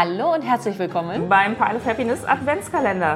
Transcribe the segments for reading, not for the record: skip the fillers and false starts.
Hallo und herzlich willkommen beim Pile of Happiness Adventskalender.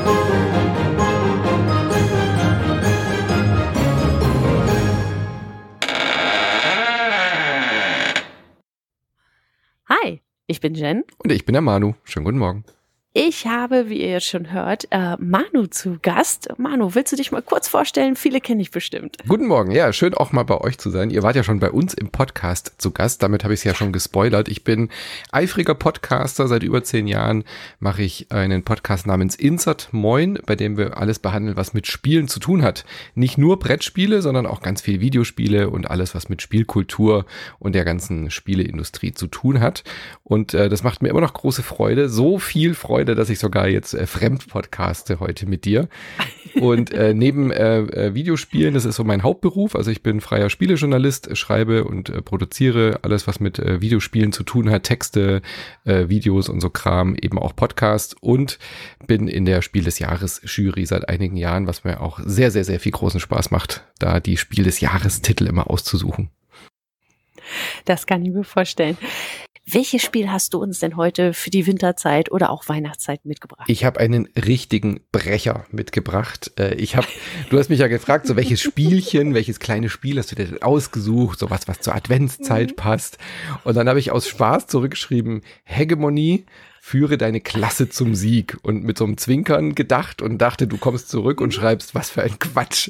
Hi, ich bin Jen. Und ich bin der Manu. Schönen guten Morgen. Ich habe, wie ihr jetzt schon hört, Manu zu Gast. Manu, willst du dich mal kurz vorstellen? Viele kenne ich bestimmt. Guten Morgen. Ja, schön auch mal bei euch zu sein. Ihr wart ja schon bei uns im Podcast zu Gast. Damit habe ich es ja schon gespoilert. Ich bin eifriger Podcaster. Seit über 10 Jahren mache ich einen Podcast namens Insert Moin, bei dem wir alles behandeln, was mit Spielen zu tun hat. Nicht nur Brettspiele, sondern auch ganz viel Videospiele und alles, was mit Spielkultur und der ganzen Spieleindustrie zu tun hat. Und das macht mir immer noch große Freude. So viel Freude, dass ich sogar jetzt fremdpodcaste heute mit dir. Und neben Videospielen, das ist so mein Hauptberuf, also ich bin freier Spielejournalist, schreibe und produziere alles, was mit Videospielen zu tun hat, Texte, Videos und so Kram, eben auch Podcast und bin in der Spiel des Jahres Jury seit einigen Jahren, was mir auch sehr, sehr, sehr viel großen Spaß macht, da die Spiel des Jahres Titel immer auszusuchen. Das kann ich mir vorstellen. Welches Spiel hast du uns denn heute für die Winterzeit oder auch Weihnachtszeit mitgebracht? Ich habe einen richtigen Brecher mitgebracht. Du hast mich ja gefragt, so welches Spielchen, welches kleine Spiel hast du dir denn ausgesucht, so was zur Adventszeit passt. Und dann habe ich aus Spaß zurückgeschrieben, Hegemonie, führe deine Klasse zum Sieg. Und mit so einem Zwinkern gedacht und dachte, du kommst zurück und schreibst, was für ein Quatsch.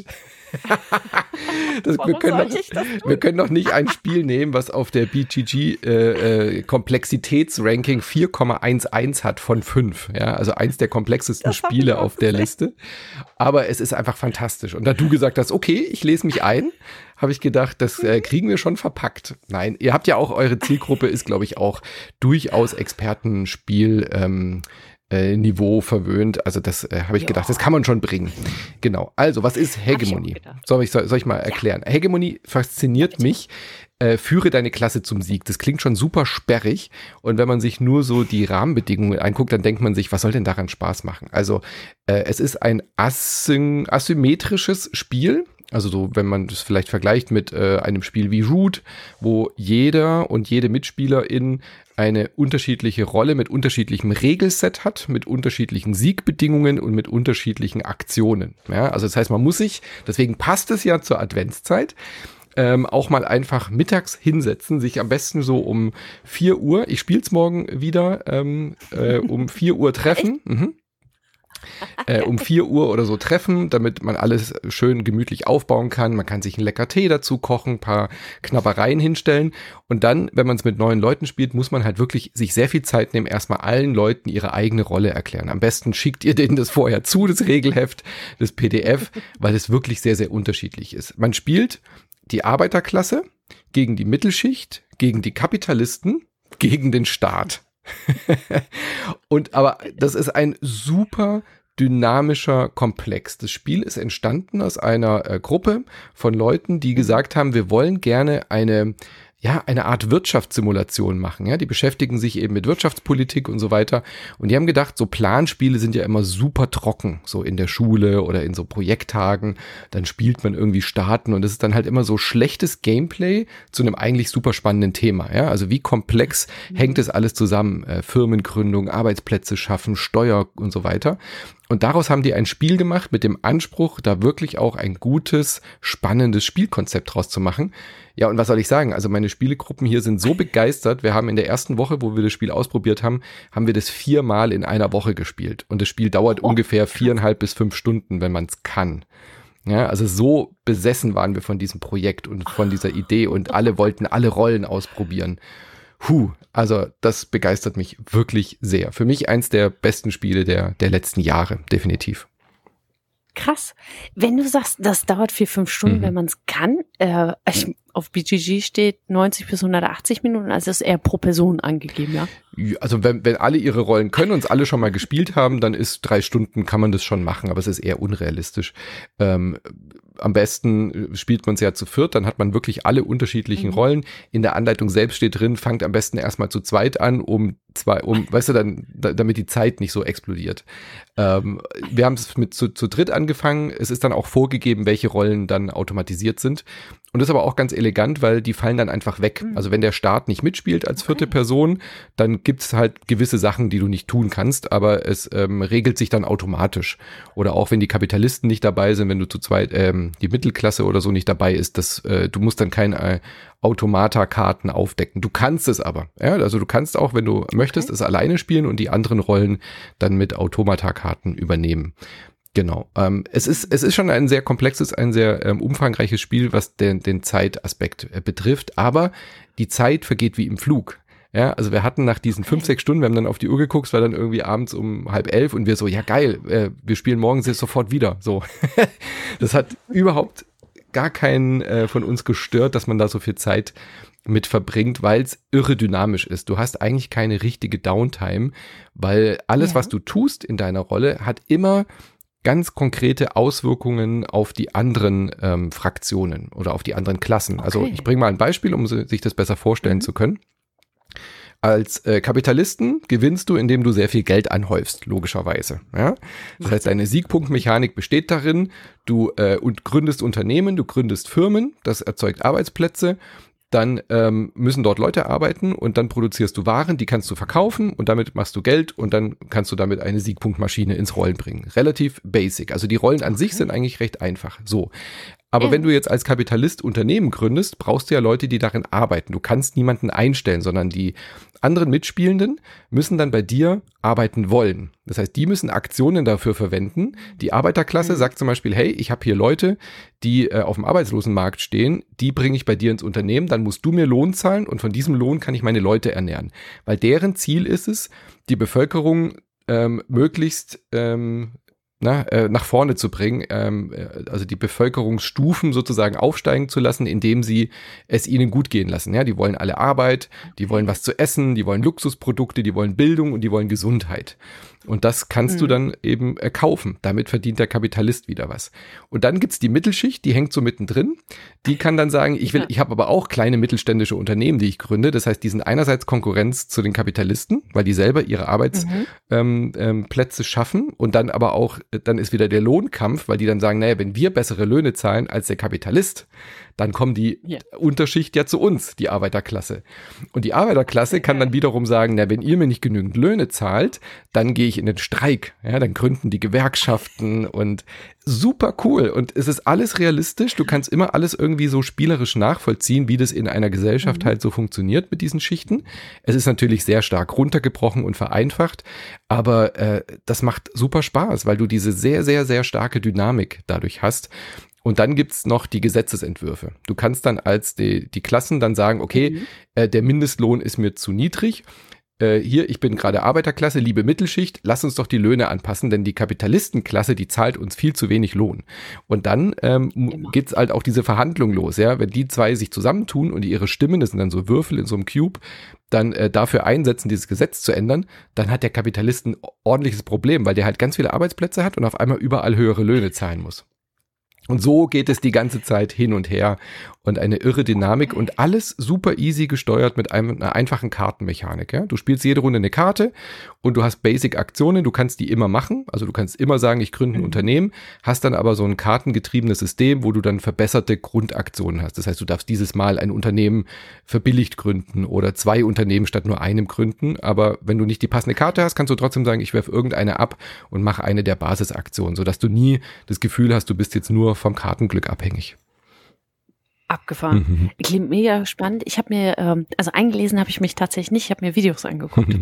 Wir können doch nicht ein Spiel nehmen, was auf der BGG Komplexitätsranking 4,11 hat von 5. Ja, also eins der komplexesten Spiele auf der Liste. Aber es ist einfach fantastisch. Und da du gesagt hast, okay, ich lese mich ein, habe ich gedacht, das kriegen wir schon verpackt. Nein, ihr habt ja auch, eure Zielgruppe ist, glaube ich, auch durchaus Expertenspiel Niveau verwöhnt. Also das habe ich gedacht, das kann man schon bringen. Genau. Also, was ist Hegemonie? Soll ich mal erklären? Ja. Hegemonie fasziniert mich. Führe deine Klasse zum Sieg. Das klingt schon super sperrig. Und wenn man sich nur so die Rahmenbedingungen anguckt, dann denkt man sich, was soll denn daran Spaß machen? Also, es ist ein asymmetrisches Spiel. Also so, wenn man das vielleicht vergleicht mit einem Spiel wie Root, wo jeder und jede Mitspielerin eine unterschiedliche Rolle mit unterschiedlichem Regelset hat, mit unterschiedlichen Siegbedingungen und mit unterschiedlichen Aktionen. Ja, also das heißt, man muss sich, deswegen passt es ja zur Adventszeit, auch mal einfach mittags hinsetzen, sich am besten so um 4 Uhr, ich spiel's morgen wieder, um 4 Uhr treffen. Um 4 Uhr oder so treffen, damit man alles schön gemütlich aufbauen kann. Man kann sich einen lecker Tee dazu kochen, ein paar Knabbereien hinstellen. Und dann, wenn man es mit neuen Leuten spielt, muss man halt wirklich sich sehr viel Zeit nehmen, erstmal allen Leuten ihre eigene Rolle erklären. Am besten schickt ihr denen das vorher zu, das Regelheft, das PDF, weil es wirklich sehr, sehr unterschiedlich ist. Man spielt die Arbeiterklasse gegen die Mittelschicht, gegen die Kapitalisten, gegen den Staat. Aber das ist ein super dynamischer Komplex. Das Spiel ist entstanden aus einer Gruppe von Leuten, die gesagt haben, wir wollen gerne eine Art Wirtschaftssimulation machen. Ja, die beschäftigen sich eben mit Wirtschaftspolitik und so weiter. Und die haben gedacht, so Planspiele sind ja immer super trocken, so in der Schule oder in so Projekttagen. Dann spielt man irgendwie Staaten und es ist dann halt immer so schlechtes Gameplay zu einem eigentlich super spannenden Thema. Ja, also wie komplex hängt es alles zusammen? Firmengründung, Arbeitsplätze schaffen, Steuer und so weiter. Und daraus haben die ein Spiel gemacht mit dem Anspruch, da wirklich auch ein gutes, spannendes Spielkonzept draus zu machen. Ja, und was soll ich sagen? Also meine Spielegruppen hier sind so begeistert. Wir haben in der ersten Woche, wo wir das Spiel ausprobiert haben, haben wir das 4-mal in einer Woche gespielt. Und das Spiel dauert ungefähr 4,5 bis 5 Stunden, wenn man es kann. Ja, also so besessen waren wir von diesem Projekt und von dieser Idee und alle wollten alle Rollen ausprobieren. Also das begeistert mich wirklich sehr. Für mich eins der besten Spiele der letzten Jahre, definitiv. Krass. Wenn du sagst, das dauert 4-5 Stunden, wenn man es kann, auf BGG steht 90 bis 180 Minuten, also das ist eher pro Person angegeben, ja? Also wenn alle ihre Rollen können und es alle schon mal gespielt haben, dann ist 3 Stunden, kann man das schon machen, aber es ist eher unrealistisch. Am besten spielt man es ja zu viert, dann hat man wirklich alle unterschiedlichen Rollen. In der Anleitung selbst steht drin, fangt am besten erstmal zu zweit an, weißt du, damit die Zeit nicht so explodiert. Wir haben es mit zu dritt angefangen. Es ist dann auch vorgegeben, welche Rollen dann automatisiert sind. Und das ist aber auch ganz elegant, weil die fallen dann einfach weg. Also wenn der Staat nicht mitspielt als vierte Person, dann gibt's halt gewisse Sachen, die du nicht tun kannst, aber es regelt sich dann automatisch. Oder auch wenn die Kapitalisten nicht dabei sind, wenn du zu zweit die Mittelklasse oder so nicht dabei ist, du musst dann keine Automata-Karten aufdecken. Du kannst es aber. Ja? Also du kannst auch, wenn du möchtest, es alleine spielen und die anderen Rollen dann mit Automata-Karten übernehmen. Genau. Es ist schon ein sehr komplexes, ein sehr umfangreiches Spiel, was den Zeitaspekt betrifft, aber die Zeit vergeht wie im Flug. Ja, also wir hatten nach diesen 5-6 Stunden, wir haben dann auf die Uhr geguckt, es war dann irgendwie abends um 10:30 und wir so, ja geil, wir spielen morgen sofort wieder. So. Das hat überhaupt gar keinen von uns gestört, dass man da so viel Zeit mit verbringt, weil es irre dynamisch ist. Du hast eigentlich keine richtige Downtime, weil alles, was du tust in deiner Rolle, hat immer ganz konkrete Auswirkungen auf die anderen Fraktionen oder auf die anderen Klassen. Okay. Also ich bringe mal ein Beispiel, um sich das besser vorstellen zu können. Als Kapitalisten gewinnst du, indem du sehr viel Geld anhäufst, logischerweise. Ja? Das heißt, deine Siegpunktmechanik besteht darin, du gründest Unternehmen, du gründest Firmen, das erzeugt Arbeitsplätze, dann müssen dort Leute arbeiten und dann produzierst du Waren, die kannst du verkaufen und damit machst du Geld und dann kannst du damit eine Siegpunktmaschine ins Rollen bringen. Relativ basic. Also die Rollen an sich sind eigentlich recht einfach. So. Aber wenn du jetzt als Kapitalist Unternehmen gründest, brauchst du ja Leute, die darin arbeiten. Du kannst niemanden einstellen, sondern die anderen Mitspielenden müssen dann bei dir arbeiten wollen. Das heißt, die müssen Aktionen dafür verwenden. Die Arbeiterklasse sagt zum Beispiel, hey, ich habe hier Leute, die auf dem Arbeitslosenmarkt stehen, die bringe ich bei dir ins Unternehmen, dann musst du mir Lohn zahlen und von diesem Lohn kann ich meine Leute ernähren. Weil deren Ziel ist es, die Bevölkerung möglichst nach vorne zu bringen, also die Bevölkerungsstufen sozusagen aufsteigen zu lassen, indem sie es ihnen gut gehen lassen. Ja, die wollen alle Arbeit, die wollen was zu essen, die wollen Luxusprodukte, die wollen Bildung und die wollen Gesundheit. Und das kannst du dann eben kaufen. Damit verdient der Kapitalist wieder was. Und dann gibt's die Mittelschicht, die hängt so mittendrin. Die kann dann sagen, ich habe aber auch kleine mittelständische Unternehmen, die ich gründe. Das heißt, die sind einerseits Konkurrenz zu den Kapitalisten, weil die selber ihre Arbeitsplätze schaffen. Und dann aber auch, dann ist wieder der Lohnkampf, weil die dann sagen, naja, wenn wir bessere Löhne zahlen als der Kapitalist, dann kommen die Unterschicht ja zu uns, die Arbeiterklasse. Und die Arbeiterklasse kann dann wiederum sagen, na, wenn ihr mir nicht genügend Löhne zahlt, dann gehe ich in den Streik. Ja, dann gründen die Gewerkschaften und super cool. Und es ist alles realistisch. Du kannst immer alles irgendwie so spielerisch nachvollziehen, wie das in einer Gesellschaft halt so funktioniert mit diesen Schichten. Es ist natürlich sehr stark runtergebrochen und vereinfacht, aber das macht super Spaß, weil du diese sehr, sehr, sehr starke Dynamik dadurch hast. Und dann gibt's noch die Gesetzesentwürfe. Du kannst dann als die Klassen dann sagen, okay, der Mindestlohn ist mir zu niedrig. Hier, ich bin gerade Arbeiterklasse, liebe Mittelschicht, lass uns doch die Löhne anpassen, denn die Kapitalistenklasse, die zahlt uns viel zu wenig Lohn. Und dann geht's halt auch diese Verhandlung los, ja, wenn die zwei sich zusammentun und ihre Stimmen, das sind dann so Würfel in so einem Cube, dann dafür einsetzen, dieses Gesetz zu ändern, dann hat der Kapitalist ein ordentliches Problem, weil der halt ganz viele Arbeitsplätze hat und auf einmal überall höhere Löhne zahlen muss. Und so geht es die ganze Zeit hin und her und eine irre Dynamik und alles super easy gesteuert mit einer einfachen Kartenmechanik. Ja? Du spielst jede Runde eine Karte und du hast Basic-Aktionen, du kannst die immer machen, also du kannst immer sagen, ich gründe ein Unternehmen, hast dann aber so ein kartengetriebenes System, wo du dann verbesserte Grundaktionen hast. Das heißt, du darfst dieses Mal ein Unternehmen verbilligt gründen oder 2 Unternehmen statt nur einem gründen, aber wenn du nicht die passende Karte hast, kannst du trotzdem sagen, ich werfe irgendeine ab und mache eine der Basisaktionen, sodass du nie das Gefühl hast, du bist jetzt nur vom Kartenglück abhängig. Abgefahren. Klingt mega spannend. Ich habe mir, also eingelesen habe ich mich tatsächlich nicht, ich habe mir Videos angeguckt.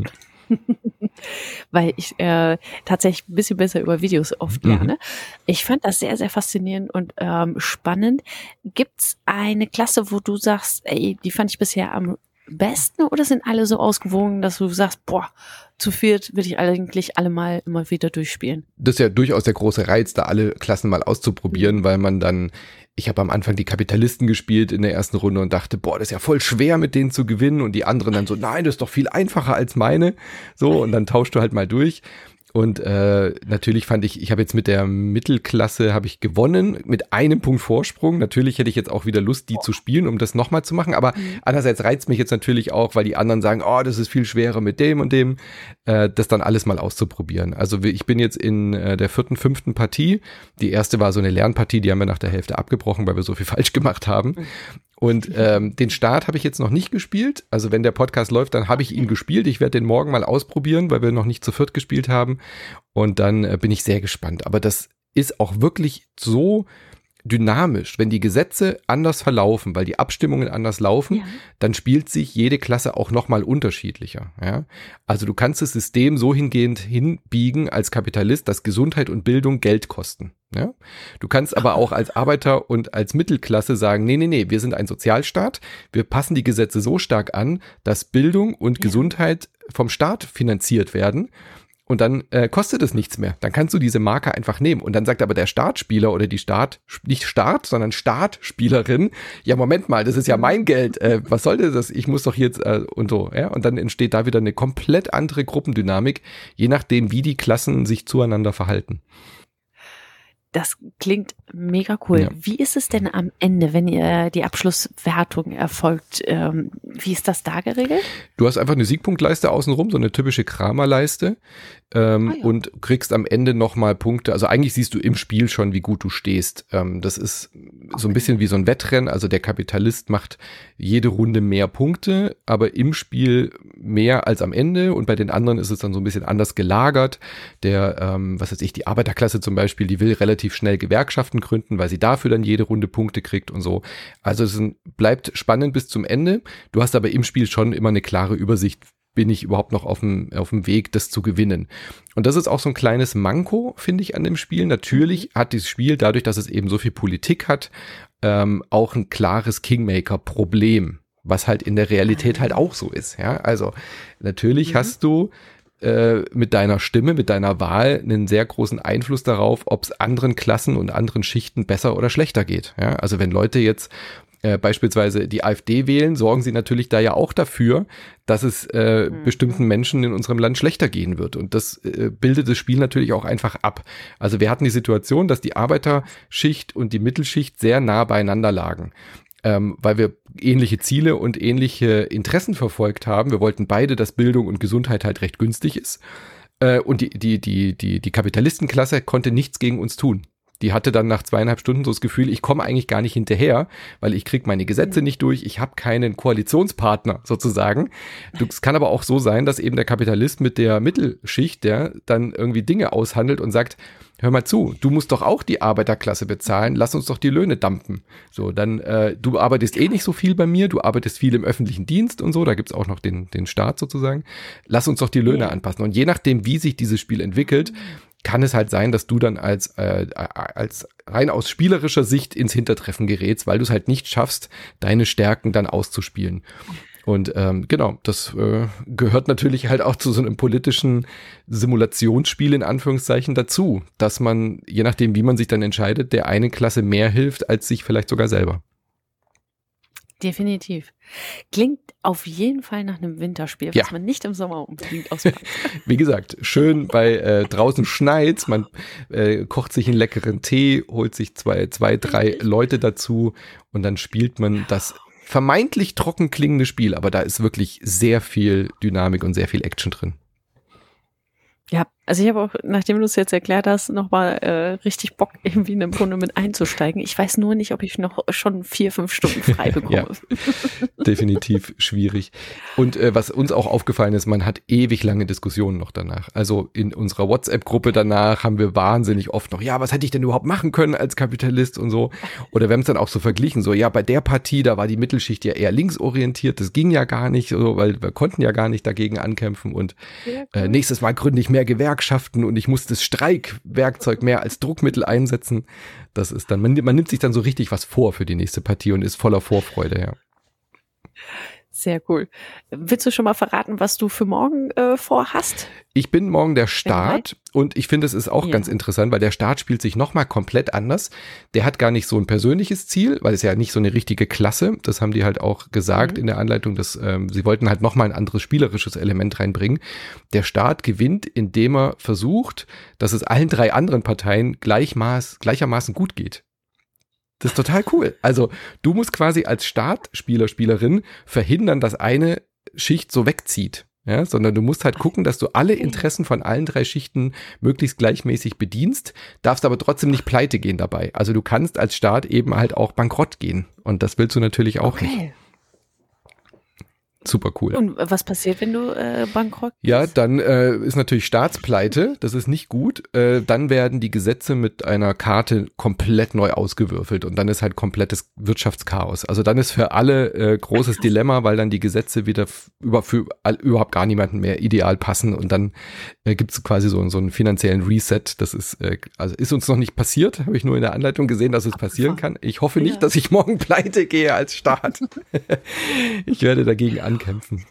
Weil ich tatsächlich ein bisschen besser über Videos oft lerne. Ich fand das sehr, sehr faszinierend und spannend. Gibt's eine Klasse, wo du sagst, ey, die fand ich bisher am besten, oder sind alle so ausgewogen, dass du sagst, boah, zu viert will ich eigentlich alle mal immer wieder durchspielen? Das ist ja durchaus der große Reiz, da alle Klassen mal auszuprobieren, weil man dann, ich habe am Anfang die Kapitalisten gespielt in der ersten Runde und dachte, boah, das ist ja voll schwer mit denen zu gewinnen, und die anderen dann so, nein, das ist doch viel einfacher als meine, so, und dann tauschst du halt mal durch. Und natürlich fand ich habe jetzt mit der Mittelklasse habe ich gewonnen, mit einem Punkt Vorsprung. Natürlich hätte ich jetzt auch wieder Lust, die zu spielen, um das nochmal zu machen. Aber andererseits reizt mich jetzt natürlich auch, weil die anderen sagen, oh, das ist viel schwerer mit dem und dem, das dann alles mal auszuprobieren. Also ich bin jetzt in der 4., 5. Partie. Die erste war so eine Lernpartie, die haben wir nach der Hälfte abgebrochen, weil wir so viel falsch gemacht haben. Und den Start habe ich jetzt noch nicht gespielt. Also wenn der Podcast läuft, dann habe ich ihn gespielt. Ich werde den morgen mal ausprobieren, weil wir noch nicht zu viert gespielt haben. Und dann bin ich sehr gespannt. Aber das ist auch wirklich so dynamisch. Wenn die Gesetze anders verlaufen, weil die Abstimmungen anders laufen, dann spielt sich jede Klasse auch nochmal unterschiedlicher. Ja? Also du kannst das System so hingehend hinbiegen als Kapitalist, dass Gesundheit und Bildung Geld kosten. Ja? Du kannst aber auch als Arbeiter und als Mittelklasse sagen, nee, wir sind ein Sozialstaat, wir passen die Gesetze so stark an, dass Bildung und Gesundheit vom Staat finanziert werden. Und dann kostet es nichts mehr. Dann kannst du diese Marke einfach nehmen. Und dann sagt aber der Startspieler oder die nicht Start, sondern Startspielerin, ja, Moment mal, das ist ja mein Geld. Was soll das? Ich muss doch jetzt und so. Ja? Und dann entsteht da wieder eine komplett andere Gruppendynamik, je nachdem, wie die Klassen sich zueinander verhalten. Das klingt mega cool. Ja. Wie ist es denn am Ende, wenn ihr die Abschlusswertung erfolgt? Wie ist das da geregelt? Du hast einfach eine Siegpunktleiste außenrum, so eine typische Kramerleiste. Und kriegst am Ende nochmal Punkte. Also eigentlich siehst du im Spiel schon, wie gut du stehst. Das ist so ein bisschen wie so ein Wettrennen. Also der Kapitalist macht jede Runde mehr Punkte, aber im Spiel mehr als am Ende. Und bei den anderen ist es dann so ein bisschen anders gelagert. Die Arbeiterklasse zum Beispiel, die will relativ schnell Gewerkschaften gründen, weil sie dafür dann jede Runde Punkte kriegt und so. Also es bleibt spannend bis zum Ende. Du hast aber im Spiel schon immer eine klare Übersicht, bin ich überhaupt noch auf dem Weg, das zu gewinnen. Und das ist auch so ein kleines Manko, finde ich, an dem Spiel. Natürlich hat dieses Spiel, dadurch, dass es eben so viel Politik hat, auch ein klares Kingmaker-Problem, was halt in der Realität halt auch so ist. Ja? Also natürlich hast du mit deiner Stimme, mit deiner Wahl einen sehr großen Einfluss darauf, ob es anderen Klassen und anderen Schichten besser oder schlechter geht. Ja? Also wenn Leute jetzt beispielsweise die AfD wählen, sorgen sie natürlich da ja auch dafür, dass es bestimmten Menschen in unserem Land schlechter gehen wird. Und das bildet das Spiel natürlich auch einfach ab. Also wir hatten die Situation, dass die Arbeiterschicht und die Mittelschicht sehr nah beieinander lagen. Weil wir ähnliche Ziele und ähnliche Interessen verfolgt haben. Wir wollten beide, dass Bildung und Gesundheit halt recht günstig ist. Und die Kapitalistenklasse konnte nichts gegen uns tun. Die hatte dann nach 2,5 Stunden so das Gefühl, ich komme eigentlich gar nicht hinterher, weil ich kriege meine Gesetze nicht durch, ich habe keinen Koalitionspartner sozusagen. Es kann aber auch so sein, dass eben der Kapitalist mit der Mittelschicht, der dann irgendwie Dinge aushandelt und sagt, hör mal zu, du musst doch auch die Arbeiterklasse bezahlen, lass uns doch die Löhne dumpen. So, dann, du arbeitest eh nicht so viel bei mir, du arbeitest viel im öffentlichen Dienst und so, da gibt's auch noch den Staat sozusagen. Lass uns doch die Löhne anpassen. Und je nachdem, wie sich dieses Spiel entwickelt, kann es halt sein, dass du dann als rein aus spielerischer Sicht ins Hintertreffen gerätst, weil du es halt nicht schaffst, deine Stärken dann auszuspielen. Und genau, das gehört natürlich halt auch zu so einem politischen Simulationsspiel in Anführungszeichen dazu, dass man, je nachdem, wie man sich dann entscheidet, der einen Klasse mehr hilft, als sich vielleicht sogar selber. Definitiv. Klingt auf jeden Fall nach einem Winterspiel, was man nicht im Sommer unbedingt auspackt. Wie gesagt, schön bei draußen schneit's, man kocht sich einen leckeren Tee, holt sich zwei, 3 Leute dazu und dann spielt man das vermeintlich trocken klingende Spiel, aber da ist wirklich sehr viel Dynamik und sehr viel Action drin. Ja, also ich habe auch, nachdem du es jetzt erklärt hast, nochmal richtig Bock, irgendwie in eine Runde mit einzusteigen. Ich weiß nur nicht, ob ich noch schon 4-5 Stunden frei bekomme. Ja, definitiv schwierig. Und was uns auch aufgefallen ist, man hat ewig lange Diskussionen noch danach. Also in unserer WhatsApp-Gruppe danach haben wir wahnsinnig oft noch, ja, was hätte ich denn überhaupt machen können als Kapitalist und so. Oder wir haben es dann auch so verglichen, so, ja, bei der Partie, da war die Mittelschicht ja eher linksorientiert, das ging ja gar nicht, so, weil wir konnten ja gar nicht dagegen ankämpfen und nächstes Mal gründe ich mehr Gewerkschaften und ich muss das Streikwerkzeug mehr als Druckmittel einsetzen. Das ist dann, man nimmt sich dann so richtig was vor für die nächste Partie und ist voller Vorfreude, ja. Sehr cool. Willst du schon mal verraten, was du für morgen vorhast? Ich bin morgen der Start und ich finde, es ist auch ganz interessant, weil der Start spielt sich nochmal komplett anders. Der hat gar nicht so ein persönliches Ziel, weil es ja nicht so eine richtige Klasse, das haben die halt auch gesagt in der Anleitung, dass sie wollten halt nochmal ein anderes spielerisches Element reinbringen. Der Start gewinnt, indem er versucht, dass es allen 3 anderen Parteien gleichermaßen gut geht. Das ist total cool. Also du musst quasi als Startspieler, Spielerin verhindern, dass eine Schicht so wegzieht. Ja, sondern du musst halt gucken, dass du alle Interessen von allen 3 Schichten möglichst gleichmäßig bedienst, darfst aber trotzdem nicht pleite gehen dabei. Also du kannst als Staat eben halt auch bankrott gehen. Und das willst du natürlich auch nicht. Super cool. Und was passiert, wenn du bankrott bist? Ja, dann ist natürlich Staatspleite, das ist nicht gut. Dann werden die Gesetze mit einer Karte komplett neu ausgewürfelt und dann ist halt komplettes Wirtschaftschaos. Also dann ist für alle großes Dilemma, weil dann die Gesetze wieder für überhaupt gar niemanden mehr ideal passen und dann gibt es quasi so einen finanziellen Reset. Das ist also ist uns noch nicht passiert, habe ich nur in der Anleitung gesehen, dass es passieren kann. Ich hoffe nicht, dass ich morgen pleite gehe als Staat. Ich werde dagegen ankämpfen.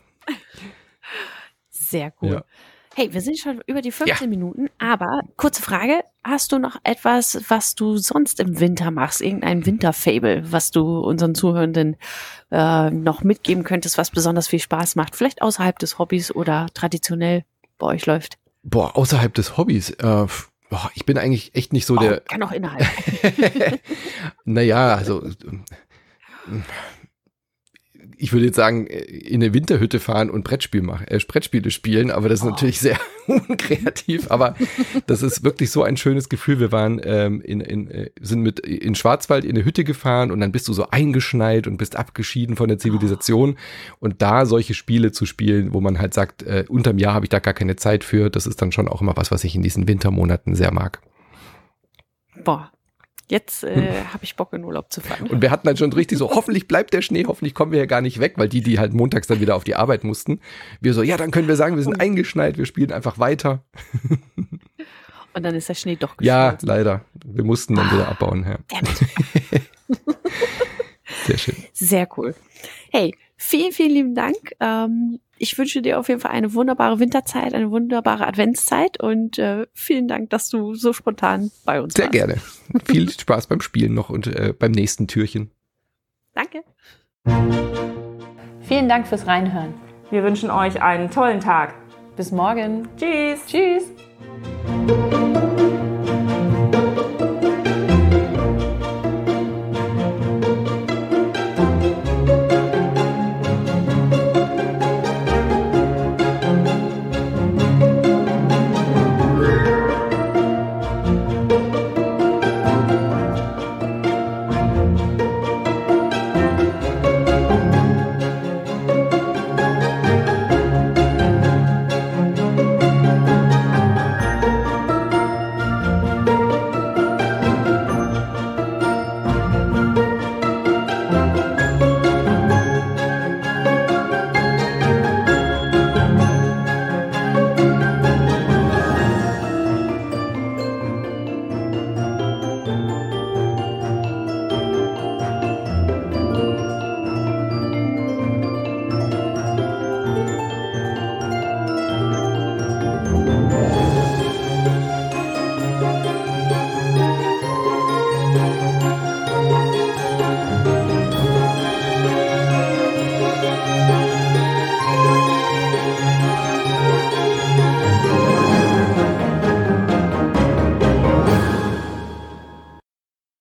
Sehr cool. Ja. Hey, wir sind schon über die 15 Minuten, aber kurze Frage, hast du noch etwas, was du sonst im Winter machst? Irgendein Winterfable, was du unseren Zuhörenden noch mitgeben könntest, was besonders viel Spaß macht? Vielleicht außerhalb des Hobbys oder traditionell bei euch läuft? Boah, außerhalb des Hobbys, ich bin eigentlich echt nicht so der... Kann auch innerhalb. Naja, also... Ich würde jetzt sagen, in eine Winterhütte fahren und Brettspiele spielen, aber das ist natürlich sehr unkreativ, aber das ist wirklich so ein schönes Gefühl. Wir waren sind in Schwarzwald in eine Hütte gefahren und dann bist du so eingeschneit und bist abgeschieden von der Zivilisation und da solche Spiele zu spielen, wo man halt sagt, unterm Jahr habe ich da gar keine Zeit für, das ist dann schon auch immer was ich in diesen Wintermonaten sehr mag. Boah. Jetzt habe ich Bock, in Urlaub zu fahren. Und wir hatten dann schon richtig so, hoffentlich bleibt der Schnee, hoffentlich kommen wir ja gar nicht weg, weil die halt montags dann wieder auf die Arbeit mussten. Wir so, ja, dann können wir sagen, wir sind eingeschneit, wir spielen einfach weiter. Und dann ist der Schnee doch geschmolzen. Ja, leider. Wir mussten dann wieder abbauen. Ja. Sehr schön. Sehr cool. Hey, vielen, vielen lieben Dank. Ich wünsche dir auf jeden Fall eine wunderbare Winterzeit, eine wunderbare Adventszeit und vielen Dank, dass du so spontan bei uns warst. Sehr gerne. Viel Spaß beim Spielen noch und beim nächsten Türchen. Danke. Vielen Dank fürs Reinhören. Wir wünschen euch einen tollen Tag. Bis morgen. Tschüss. Tschüss.